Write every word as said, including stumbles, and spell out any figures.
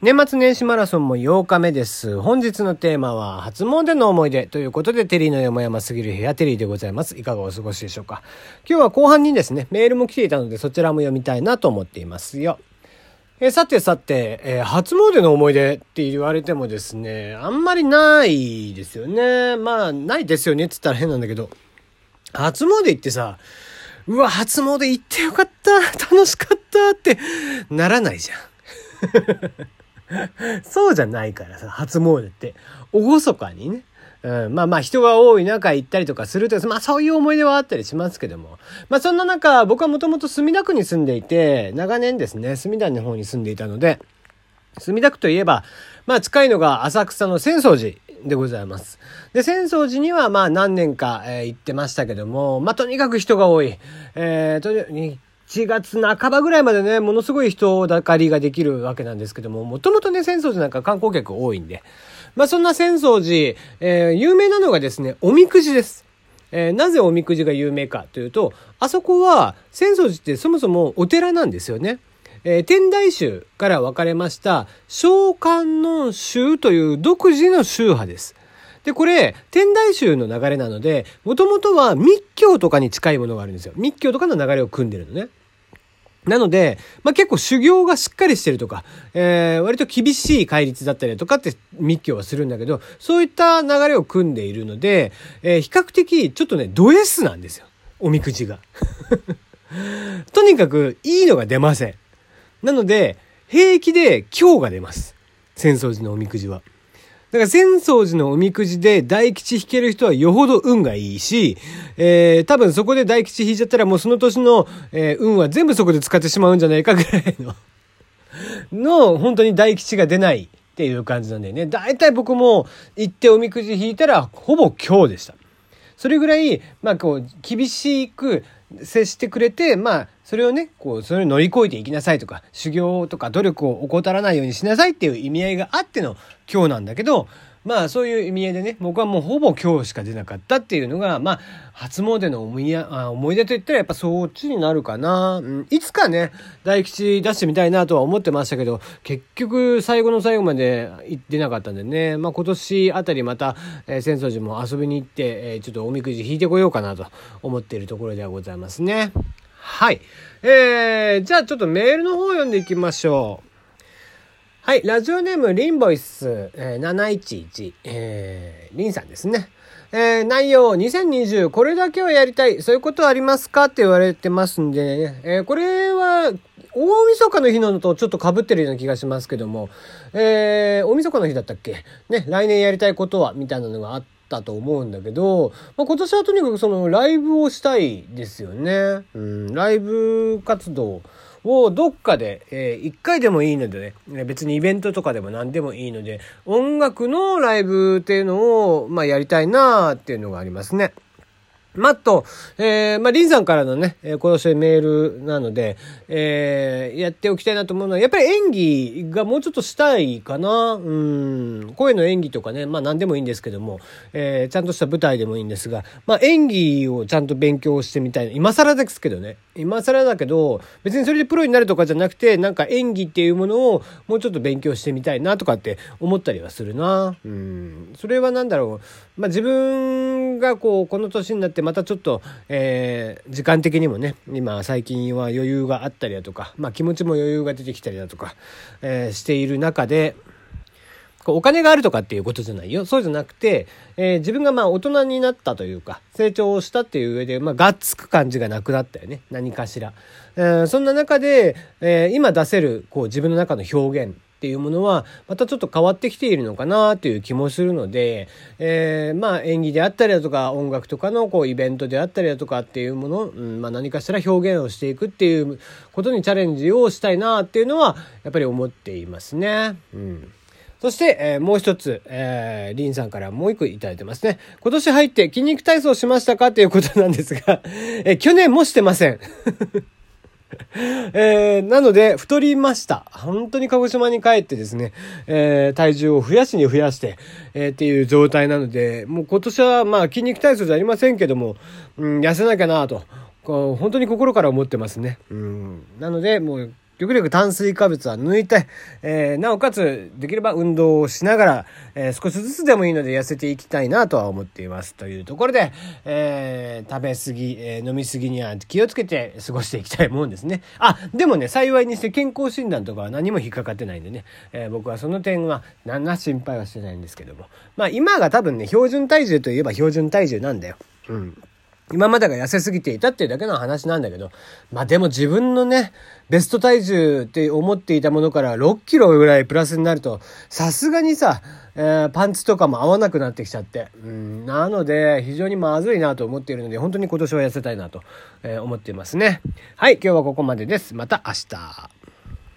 年末年始マラソンもようかめです。本日のテーマは初詣の思い出ということで、テリーの山々すぎる部屋テリーでございます。いかがお過ごしでしょうか。今日は後半にですね、メールも来ていたのでそちらも読みたいなと思っていますよ。えー、さてさて、えー、初詣の思い出って言われてもですね、あんまりないですよね。まあないですよねって言ったら変なんだけど、初詣行ってさ、うわ初詣行ってよかった、楽しかったってならないじゃん。そうじゃないからさ、初詣って厳かにね、うん、まあまあ人が多い中行ったりとかすると、まあそういう思い出はあったりしますけども、まあそんな中僕はもともと墨田区に住んでいて、長年ですね墨田の方に住んでいたので、墨田区といえばまあ近いのが浅草の浅草寺でございます。で浅草寺にはまあ何年か、えー、行ってましたけども、まあとにかく人が多い、えー、とにいちがつなかばぐらいまでね、ものすごい人だかりができるわけなんですけども、もともとね、浅草寺なんか観光客多いんで、まあそんな浅草寺、えー、有名なのがですね、おみくじです。えー、なぜおみくじが有名かというと、あそこは浅草寺ってそもそもお寺なんですよね。えー、天台宗から分かれました小観音宗という独自の宗派です。で、これ、天台宗の流れなので、もともとは密教とかに近いものがあるんですよ。密教とかの流れを組んでるのね。なので、まあ、結構修行がしっかりしてるとか、えー、割と厳しい戒律だったりとかって密教はするんだけど、そういった流れを組んでいるので、えー、比較的ちょっとね、ド S なんですよ。おみくじが。とにかくいいのが出ません。なので、平気で凶が出ます。浅草寺のおみくじは。だから浅草寺のおみくじで大吉引ける人はよほど運がいいし、えー、多分そこで大吉引いちゃったらもうその年の、えー、運は全部そこで使ってしまうんじゃないかぐらいのの本当に大吉が出ないっていう感じなんだよね。だいたい僕も行っておみくじ引いたらほぼ今日でした。それぐらいまあこう厳しく接してくれて、まあそれをねこうそれを乗り越えていきなさいとか、修行とか努力を怠らないようにしなさいっていう意味合いがあっての今日なんだけど、まあそういう意味合いでね、僕はもうほぼ今日しか出なかったっていうのが、まあ初詣の思いやあ思い出といったらやっぱそっちになるかな、うん、いつかね大吉出してみたいなとは思ってましたけど、結局最後の最後まで行ってなかったんでね、まあ今年あたりまた、えー、浅草寺も遊びに行って、えー、ちょっとおみくじ引いてこようかなと思っているところではございますね。はい、えー、じゃあちょっとメールの方読んでいきましょう。はい、ラジオネームリンボイス、えー、なないちいち、えー、リンさんですね。えー、内容にせんにじゅうこれだけはやりたい、そういうことはありますかって言われてますんで、ね、えー、これは大晦日の日のとちょっと被ってるような気がしますけども、えー、大晦日の日だったっけね、来年やりたいことはみたいなのがあったと思うんだけど、まあ、今年はとにかくそのライブをしたいですよね。うん、ライブ活動をどっかで、えー、いっかいでもいいのでね、別にイベントとかでも何でもいいので、音楽のライブっていうのを、まあ、やりたいなっていうのがありますね。まあ、と、えー、まあ、リンさんからのね、えー、今年メールなので、えー、やっておきたいなと思うのは、やっぱり演技がもうちょっとしたいかな。うん、声の演技とかね、まあ、何でもいいんですけども、えー、ちゃんとした舞台でもいいんですが、まあ、演技をちゃんと勉強してみたい。今更ですけどね。今更だけど、別にそれでプロになるとかじゃなくて、なんか演技っていうものをもうちょっと勉強してみたいなとかって思ったりはするな。うん、それはなんだろう。まあ、自分がこう、この年になってまたちょっと、えー、時間的にもね、今最近は余裕があったりだとか、まあ気持ちも余裕が出てきたりだとか、えー、している中で、お金があるとかっていうことじゃないよ。そうじゃなくて、えー、自分がまあ大人になったというか、成長したっていう上で、まあがっつく感じがなくなったよね。何かしら。えー、そんな中で、えー、今出せる、こう自分の中の表現っていうものは、またちょっと変わってきているのかなという気もするので、えー、まあ演技であったりだとか、音楽とかのこうイベントであったりだとかっていうもの、うん、まあ何かしら表現をしていくっていうことにチャレンジをしたいなっていうのは、やっぱり思っていますね。うん。そして、えー、もう一つ、えー、リンさんからもう一個いただいてますね。今年入って筋肉体操しましたかということなんですが、えー、去年もしてません。えー、なので太りました。本当に鹿児島に帰ってですね、えー、体重を増やしに増やして、えー、っていう状態なので、もう今年はまあ筋肉体操じゃありませんけども、うん、痩せなきゃなと、こう本当に心から思ってますね。うん、なのでもう極力炭水化物は抜いて、えー、なおかつできれば運動をしながら、えー、少しずつでもいいので痩せていきたいなとは思っていますというところで、えー、食べ過ぎ、えー、飲み過ぎには気をつけて過ごしていきたいもんですね。あ、でもね、幸いにして健康診断とかは何も引っかかってないんでね、えー、僕はその点は何ら心配はしてないんですけども、まあ今が多分ね、標準体重といえば標準体重なんだよ。うん。今までが痩せすぎていたっていうだけの話なんだけど、まあでも自分のね、ベスト体重って思っていたものからろっキロぐらいプラスになると、さすがにさ、えー、パンツとかも合わなくなってきちゃって。うん、なので、非常にまずいなと思っているので、本当に今年は痩せたいなと、えー、思っていますね。はい、今日はここまでです。また明日。